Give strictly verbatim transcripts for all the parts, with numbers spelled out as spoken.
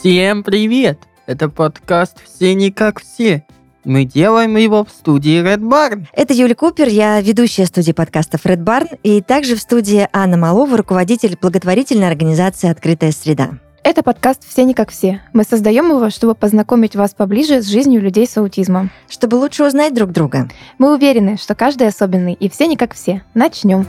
Всем привет! Это подкаст «Все не как все». Мы делаем его в студии Red Barn. Это Юля Купер, я ведущая студии подкастов Red Barn, и также в студии Анна Малова, руководитель благотворительной организации «Открытая среда». Это подкаст «Все не как все». Мы создаем его, чтобы познакомить вас поближе с жизнью людей с аутизмом. Чтобы лучше узнать друг друга. Мы уверены, что каждый особенный, и все не как все. Начнем.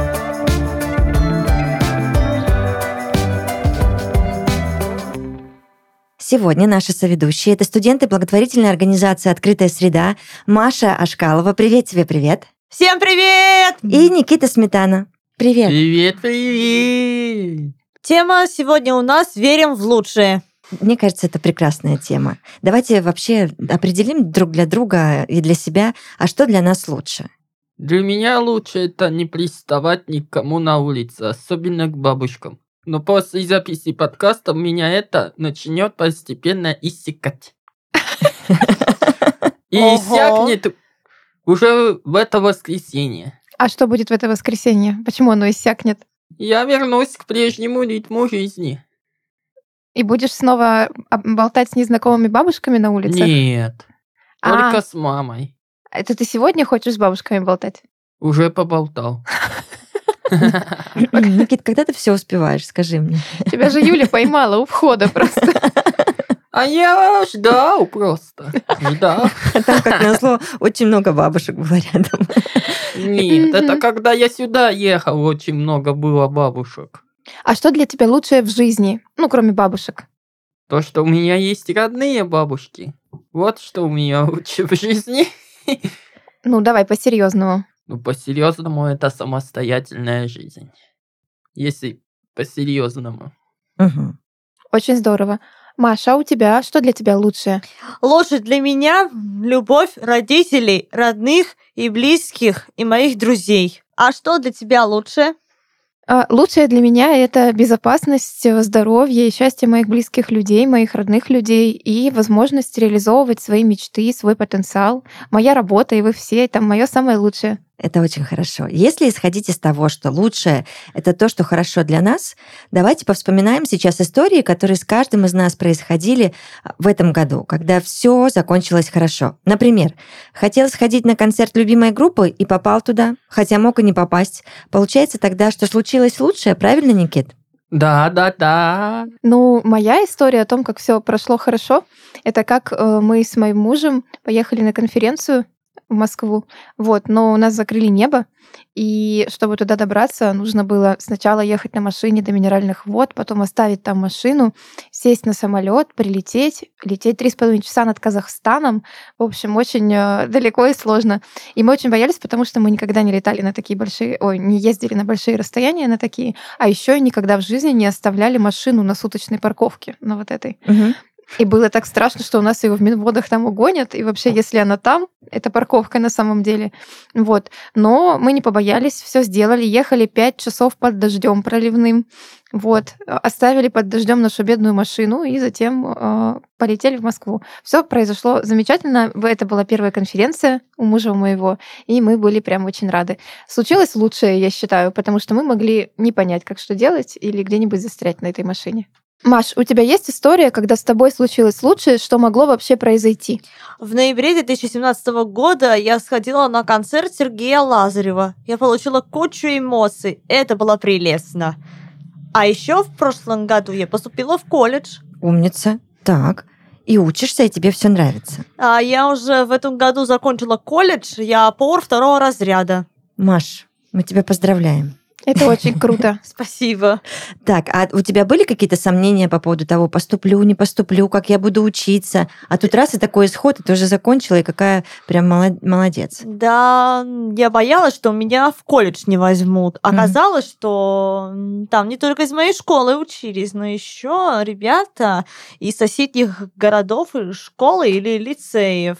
Сегодня наши соведущие — это студенты благотворительной организации «Открытая среда» Маша Ашкалова. Привет тебе, привет. Всем привет! И Никита Сметана. Привет. Привет, привет! Тема сегодня у нас «Верим в лучшее». Мне кажется, это прекрасная тема. Давайте вообще определим друг для друга и для себя, а что для нас лучше. Для меня лучше это не приставать никому на улице, особенно к бабушкам. Но после записи подкаста меня это начнет постепенно иссякать. И иссякнет уже в это воскресенье. А что будет в это воскресенье? Почему оно иссякнет? Я вернусь к прежнему ритму жизни. И будешь снова болтать с незнакомыми бабушками на улице? Нет, только А. с мамой. Это ты сегодня хочешь с бабушками болтать? Уже поболтал. Никит, когда ты все успеваешь, скажи мне? Тебя же Юля поймала у входа просто. А я ждал просто. Ждал. Там, как назло, очень много бабушек было рядом. Нет, это когда я сюда ехал, очень много было бабушек. А что для тебя лучшее в жизни? Ну, кроме бабушек. То, что у меня есть родные бабушки. Вот что у меня лучше в жизни. Ну, давай по-серьезному. Ну, по-серьезному, это самостоятельная жизнь. Если по-серьезному. Угу. Очень здорово. Маша, а у тебя что для тебя лучшее? Лучше для меня любовь родителей, родных и близких, и моих друзей. А что для тебя лучше? А, Лучшее для меня — это безопасность, э, здоровье и счастье моих близких людей, моих родных людей и возможность реализовывать свои мечты, свой потенциал. Моя работа, и вы все — это мое самое лучшее. Это очень хорошо. Если исходить из того, что лучшее — это то, что хорошо для нас, давайте повспоминаем сейчас истории, которые с каждым из нас происходили в этом году, когда все закончилось хорошо. Например, хотел сходить на концерт любимой группы и попал туда, хотя мог и не попасть. Получается тогда, что случилось лучшее, правильно, Никит? Да, да, да. Ну, моя история о том, как все прошло хорошо, это как э, мы с моим мужем поехали на конференцию в Москву, вот, но у нас закрыли небо, и чтобы туда добраться, нужно было сначала ехать на машине до Минеральных вод, потом оставить там машину, сесть на самолет, прилететь, лететь три с половиной часа над Казахстаном, в общем, очень э, далеко и сложно. И мы очень боялись, потому что мы никогда не летали на такие большие, ой, не ездили на большие расстояния на такие, а еще никогда в жизни не оставляли машину на суточной парковке, на вот этой. Угу. И было так страшно, что у нас ее в Минводах там угонят. И вообще, если она там, это парковка на самом деле. Вот. Но мы не побоялись, все сделали. Ехали пять часов под дождем проливным. Вот. Оставили под дождем нашу бедную машину и затем э, полетели в Москву. Все произошло замечательно. Это была первая конференция у мужа моего, и мы были прям очень рады. Случилось лучшее, я считаю, потому что мы могли не понять, как что делать, или где-нибудь застрять на этой машине. Маш, у тебя есть история, когда с тобой случилось лучшее, что могло вообще произойти? В ноябре две тысячи семнадцатого года я сходила на концерт Сергея Лазарева. Я получила кучу эмоций. Это было прелестно. А еще в прошлом году я поступила в колледж. Умница. Так. И учишься, и тебе все нравится. А я уже в этом году закончила колледж. Я повар второго разряда. Маш, мы тебя поздравляем. Это очень круто. Спасибо. Так, а у тебя были какие-то сомнения по поводу того, поступлю, не поступлю, как я буду учиться? А тут раз и такой исход, и ты уже закончила, и какая прям молодец. Да, я боялась, что меня в колледж не возьмут. Оказалось, mm-hmm. что там не только из моей школы учились, но еще ребята из соседних городов, школы или лицеев.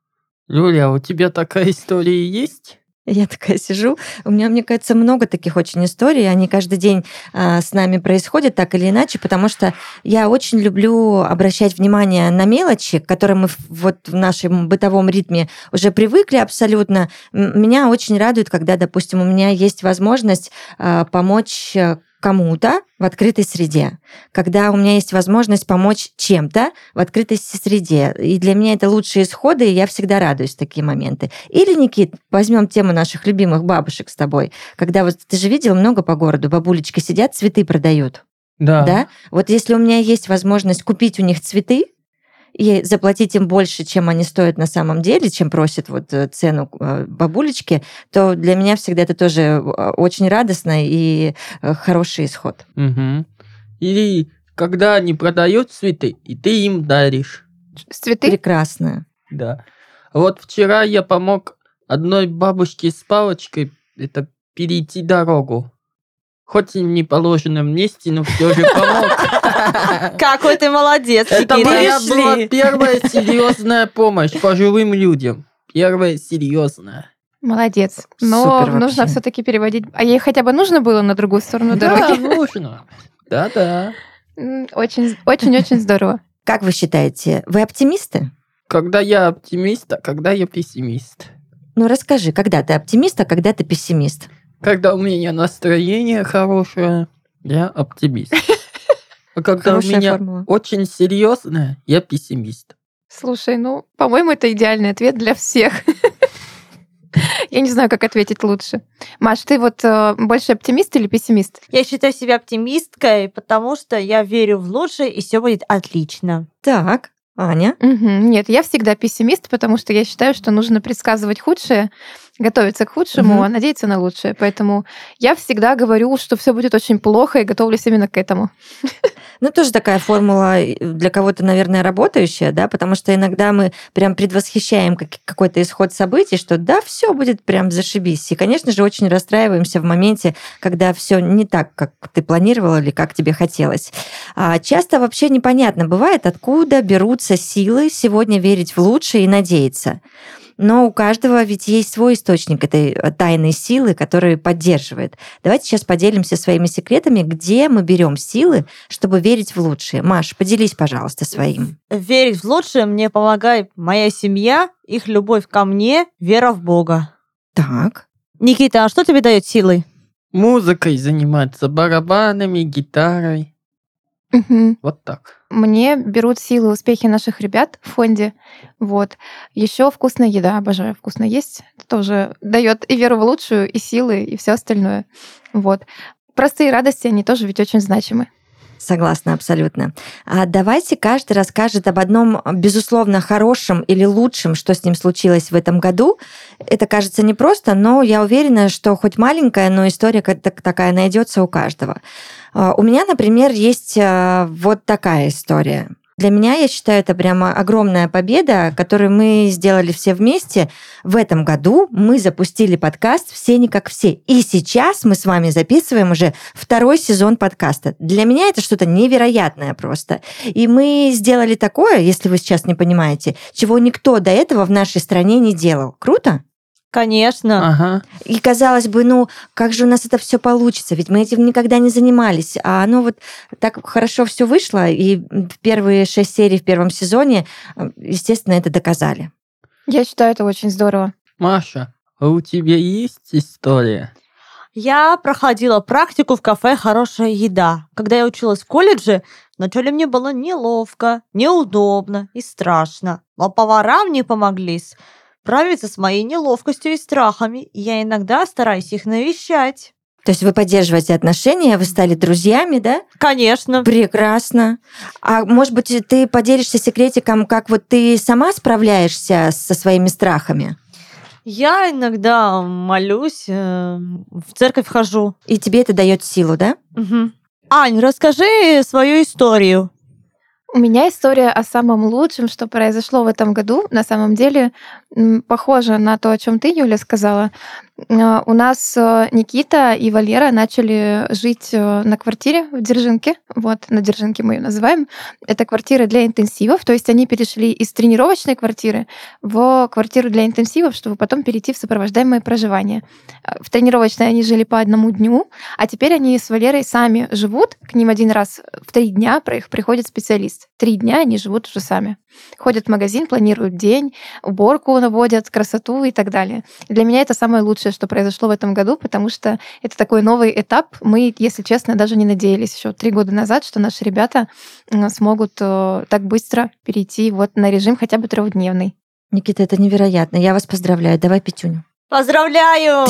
Юля, у тебя такая история есть? Я такая сижу, у меня, мне кажется, много таких очень историй, они каждый день а, с нами происходят так или иначе, потому что я очень люблю обращать внимание на мелочи, к которым мы вот в нашем бытовом ритме уже привыкли абсолютно. Меня очень радует, когда, допустим, у меня есть возможность а, помочь кому-то в открытой среде, когда у меня есть возможность помочь чем-то в открытой среде. И для меня это лучшие исходы, и я всегда радуюсь в такие моменты. Или, Никит, возьмем тему наших любимых бабушек с тобой, когда вот ты же видел много по городу, бабулечки сидят, цветы продают. Да. Да? Вот если у меня есть возможность купить у них цветы и заплатить им больше, чем они стоят на самом деле, чем просят вот цену бабулечки, то для меня всегда это тоже очень радостно и хороший исход. Угу. Или когда они продают цветы, и ты им даришь. Цветы? Прекрасно. Да. Вот вчера я помог одной бабушке с палочкой это перейти дорогу. Хоть и в неположенном месте, но все же помог. Какой ты молодец, Это Никита. моя Пришли. была первая серьезная помощь пожилым людям. Первая серьезная. Молодец. Но Супер нужно вообще. все-таки переводить. А ей хотя бы нужно было на другую сторону Да, дороги? нужно. Да-да. М, Очень, очень-очень здорово. Как вы считаете, вы оптимисты? Когда я оптимист, а когда я пессимист. Ну, расскажи, когда ты оптимист, а когда ты пессимист? Когда у меня настроение хорошее, я оптимист. А когда у Хорошая меня формула. очень серьезное, я пессимист. Слушай, ну, по-моему, это идеальный ответ для всех. Я не знаю, как ответить лучше. Маш, ты вот э, больше оптимист или пессимист? Я считаю себя оптимисткой, потому что я верю в лучшее, и все будет отлично. Так, Аня? Мгм. Нет, я всегда пессимист, потому что я считаю, что нужно предсказывать худшее, готовиться к худшему, Мгм. а надеяться на лучшее. Поэтому я всегда говорю, что все будет очень плохо, и готовлюсь именно к этому. Ну, тоже такая формула для кого-то, наверное, работающая, да, потому что иногда мы прям предвосхищаем как- какой-то исход событий, что да, все будет прям зашибись. И, конечно же, очень расстраиваемся в моменте, когда все не так, как ты планировала или как тебе хотелось. А часто вообще непонятно бывает, откуда берутся силы сегодня верить в лучшее и надеяться. Но у каждого ведь есть свой источник этой тайной силы, который поддерживает. Давайте сейчас поделимся своими секретами, где мы берем силы, чтобы верить в лучшее. Маш, поделись, пожалуйста, своим. Верить в лучшее мне помогает моя семья, их любовь ко мне, вера в Бога. Так. Никита, а что тебе дает силы? Музыкой заниматься, барабанами, гитарой. Мгм. Вот так. Мне берут силы успехи наших ребят в фонде. Вот. Еще вкусная еда, обожаю вкусно есть. Это тоже дает и веру в лучшую, и силы, и все остальное. Вот. Простые радости, они тоже ведь очень значимы. Согласна абсолютно. А давайте каждый расскажет об одном, безусловно, хорошем или лучшем, что с ним случилось в этом году. Это кажется непросто, но я уверена, что хоть маленькая, но история как- такая найдется у каждого. А, У меня, например, есть а, вот такая история. Для меня, я считаю, это прямо огромная победа, которую мы сделали все вместе. В этом году мы запустили подкаст «Все не как все». И сейчас мы с вами записываем уже второй сезон подкаста. Для меня это что-то невероятное просто. И мы сделали такое, если вы сейчас не понимаете, чего никто до этого в нашей стране не делал. Круто? Конечно. Ага. И казалось бы, ну, как же у нас это все получится? Ведь мы этим никогда не занимались. А оно вот так хорошо все вышло, и в первые шесть серий в первом сезоне, естественно, это доказали. Я считаю, это очень здорово. Маша, а у тебя есть история? Я проходила практику в кафе «Хорошая еда». Когда я училась в колледже, вначале мне было неловко, неудобно и страшно. Но повара мне помогли справиться с моей неловкостью и страхами, и я иногда стараюсь их навещать. То есть вы поддерживаете отношения, вы стали друзьями, да? Конечно. Прекрасно. А может быть, ты поделишься секретиком, как вот ты сама справляешься со своими страхами? Я иногда молюсь, э, в церковь хожу. И тебе это дает силу, да? Мгм. Ань, расскажи свою историю. У меня история о самом лучшем, что произошло в этом году. На самом деле, м, похоже на то, о чем ты, Юля, сказала. Э, У нас э, Никита и Валера начали жить э, на квартире в Дзержинке. Вот, на Дзержинке мы ее называем. Это квартира для интенсивов. То есть они перешли из тренировочной квартиры в квартиру для интенсивов, чтобы потом перейти в сопровождаемое проживание. Э, В тренировочной они жили по одному дню, а теперь они с Валерой сами живут. К ним один раз в три дня про их приходит специалист. Три дня они живут уже сами. Ходят в магазин, планируют день, уборку наводят, красоту и так далее. Для меня это самое лучшее лучшее, что произошло в этом году, потому что это такой новый этап. Мы, если честно, даже не надеялись еще три года назад, что наши ребята смогут так быстро перейти вот на режим хотя бы трехдневный. Никита, это невероятно. Я вас поздравляю. Давай пятюню. Поздравляю!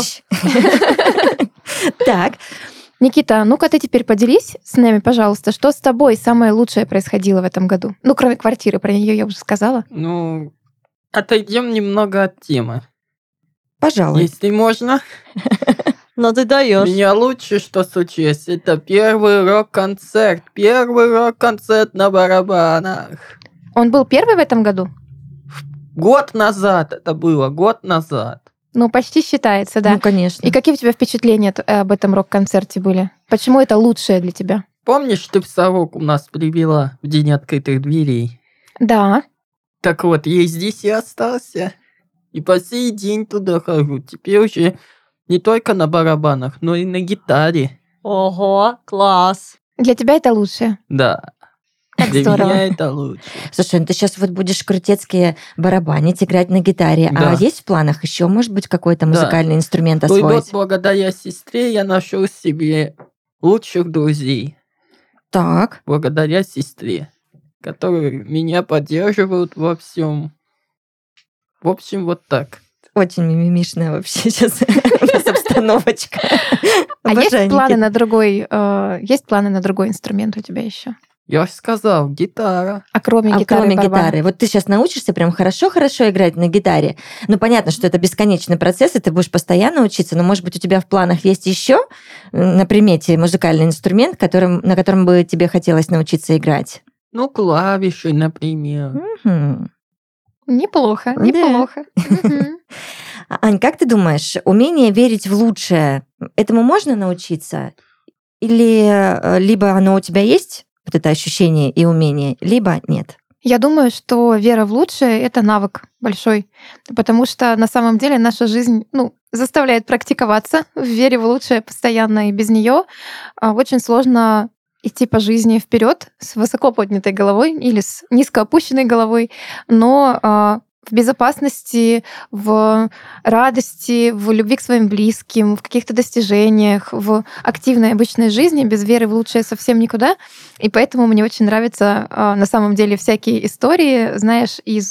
Так. Никита, ну-ка ты теперь поделись с нами, пожалуйста, что с тобой самое лучшее происходило в этом году? Ну, кроме квартиры, про нее я уже сказала. Ну, отойдем немного от темы. Пожалуй. Если можно. Но ты даешь. Меня лучше, что случилось, это первый рок-концерт. Первый рок-концерт на барабанах. Он был первый в этом году? Год назад это было, год назад. Ну, почти считается, да. Ну, конечно. И какие у тебя впечатления об этом рок-концерте были? Почему это лучшее для тебя? Помнишь, ты в совок у нас привела в день открытых дверей? Да. Так вот, я здесь и остался. И по сей день туда хожу. Теперь уже не только на барабанах, но и на гитаре. Ого, класс. Для тебя это лучшее? Да. Как Для здорово. меня это лучше. Слушай, ну ты сейчас вот будешь крутецкие барабанить, играть на гитаре. Да. А есть в планах еще, может быть, какой-то Да. музыкальный инструмент И вот освоить? благодаря сестре я нашел себе лучших друзей. Так. Благодаря сестре, которые меня поддерживают во всем. В общем, вот так. Очень мимимишная вообще сейчас у нас обстановочка. А есть Обожаю, планы Никит. на другой, э, есть планы на другой инструмент у тебя еще? Я же сказал, гитара. А кроме А гитары, кроме и барабана? гитары, вот ты сейчас научишься прям хорошо-хорошо играть на гитаре. Ну, понятно, что это бесконечный процесс, и ты будешь постоянно учиться, но, может быть, у тебя в планах есть еще на примете музыкальный инструмент, которым, на котором бы тебе хотелось научиться играть? Ну, клавиши, например. Мгм. Неплохо, Да. неплохо. Мгм. А, Ань, как ты думаешь, умение верить в лучшее, этому можно научиться? Или э, либо оно у тебя есть, вот это ощущение и умение, либо нет? Я думаю, что вера в лучшее — это навык большой, потому что на самом деле наша жизнь, ну, заставляет практиковаться в вере в лучшее постоянно, и без нее очень сложно идти по жизни вперед с высоко поднятой головой или с низко опущенной головой, но а, в безопасности, в радости, в любви к своим близким, в каких-то достижениях, в активной обычной жизни без веры в лучшее совсем никуда. И поэтому мне очень нравятся а, на самом деле всякие истории, знаешь, из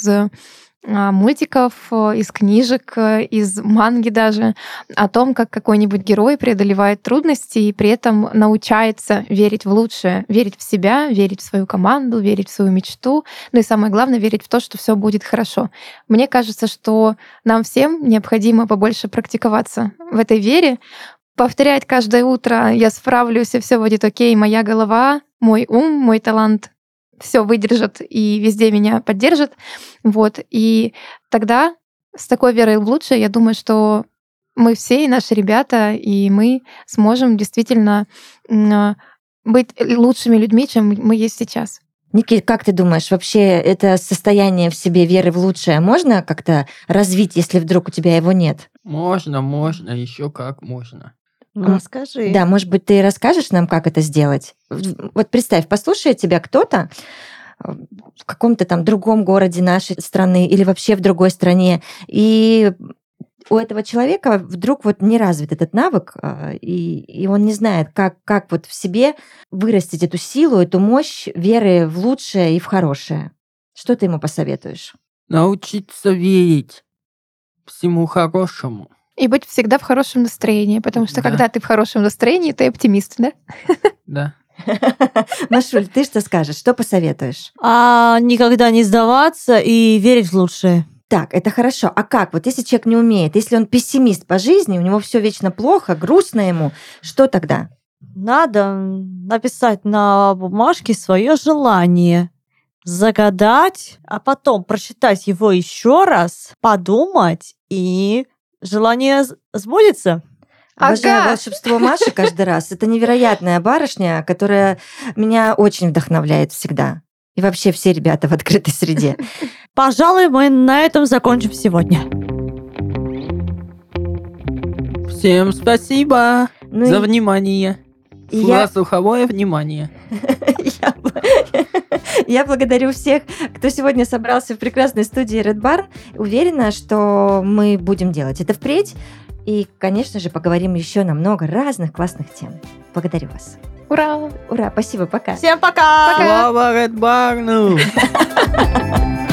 а, мультиков, а, из книжек, а, из манги даже, о том, как какой-нибудь герой преодолевает трудности и при этом научается верить в лучшее, верить в себя, верить в свою команду, верить в свою мечту, ну и самое главное, верить в то, что все будет хорошо. Мне кажется, что нам всем необходимо побольше практиковаться в этой вере, повторять каждое утро: я справлюсь, и все будет окей, моя голова, мой ум, мой талант все выдержат и везде меня поддержат. Вот. И тогда с такой верой в лучшее, я думаю, что мы все, и наши ребята, и мы сможем действительно м, быть лучшими людьми, чем мы есть сейчас. Никит, как ты думаешь, вообще это состояние в себе веры в лучшее можно как-то развить, если вдруг у тебя его нет? Можно, можно, еще как можно. Ну, А, расскажи. Да, может быть, ты расскажешь нам, как это сделать? Вот представь, послушает тебя кто-то в каком-то там другом городе нашей страны или вообще в другой стране, и у этого человека вдруг вот не развит этот навык, и, и он не знает, как, как вот в себе вырастить эту силу, эту мощь веры в лучшее и в хорошее. Что ты ему посоветуешь? Научиться верить всему хорошему. И быть всегда в хорошем настроении, потому что Да. когда ты в хорошем настроении, ты оптимист, да? Да. Машуль, ты что скажешь? Что посоветуешь? А никогда не сдаваться и верить в лучшее. Так, это хорошо. А как? Вот если человек не умеет, если он пессимист по жизни, у него все вечно плохо, грустно ему, что тогда? Надо написать на бумажке свое желание, загадать, а потом прочитать его еще раз, подумать, и желание с- сбудется. Обожаю Ага. волшебство Маши каждый раз. Это невероятная барышня, которая меня очень вдохновляет всегда. И вообще все ребята в открытой среде. Пожалуй, мы на этом закончим сегодня. Всем спасибо Ну за и внимание. и я- Слуховое внимание. Я, я благодарю всех, кто сегодня собрался в прекрасной студии Red Bar. Уверена, что мы будем делать это впредь. И, конечно же, поговорим еще на много разных классных тем. Благодарю вас. Ура! Ура, спасибо, пока. Всем пока! Слава Red Barn!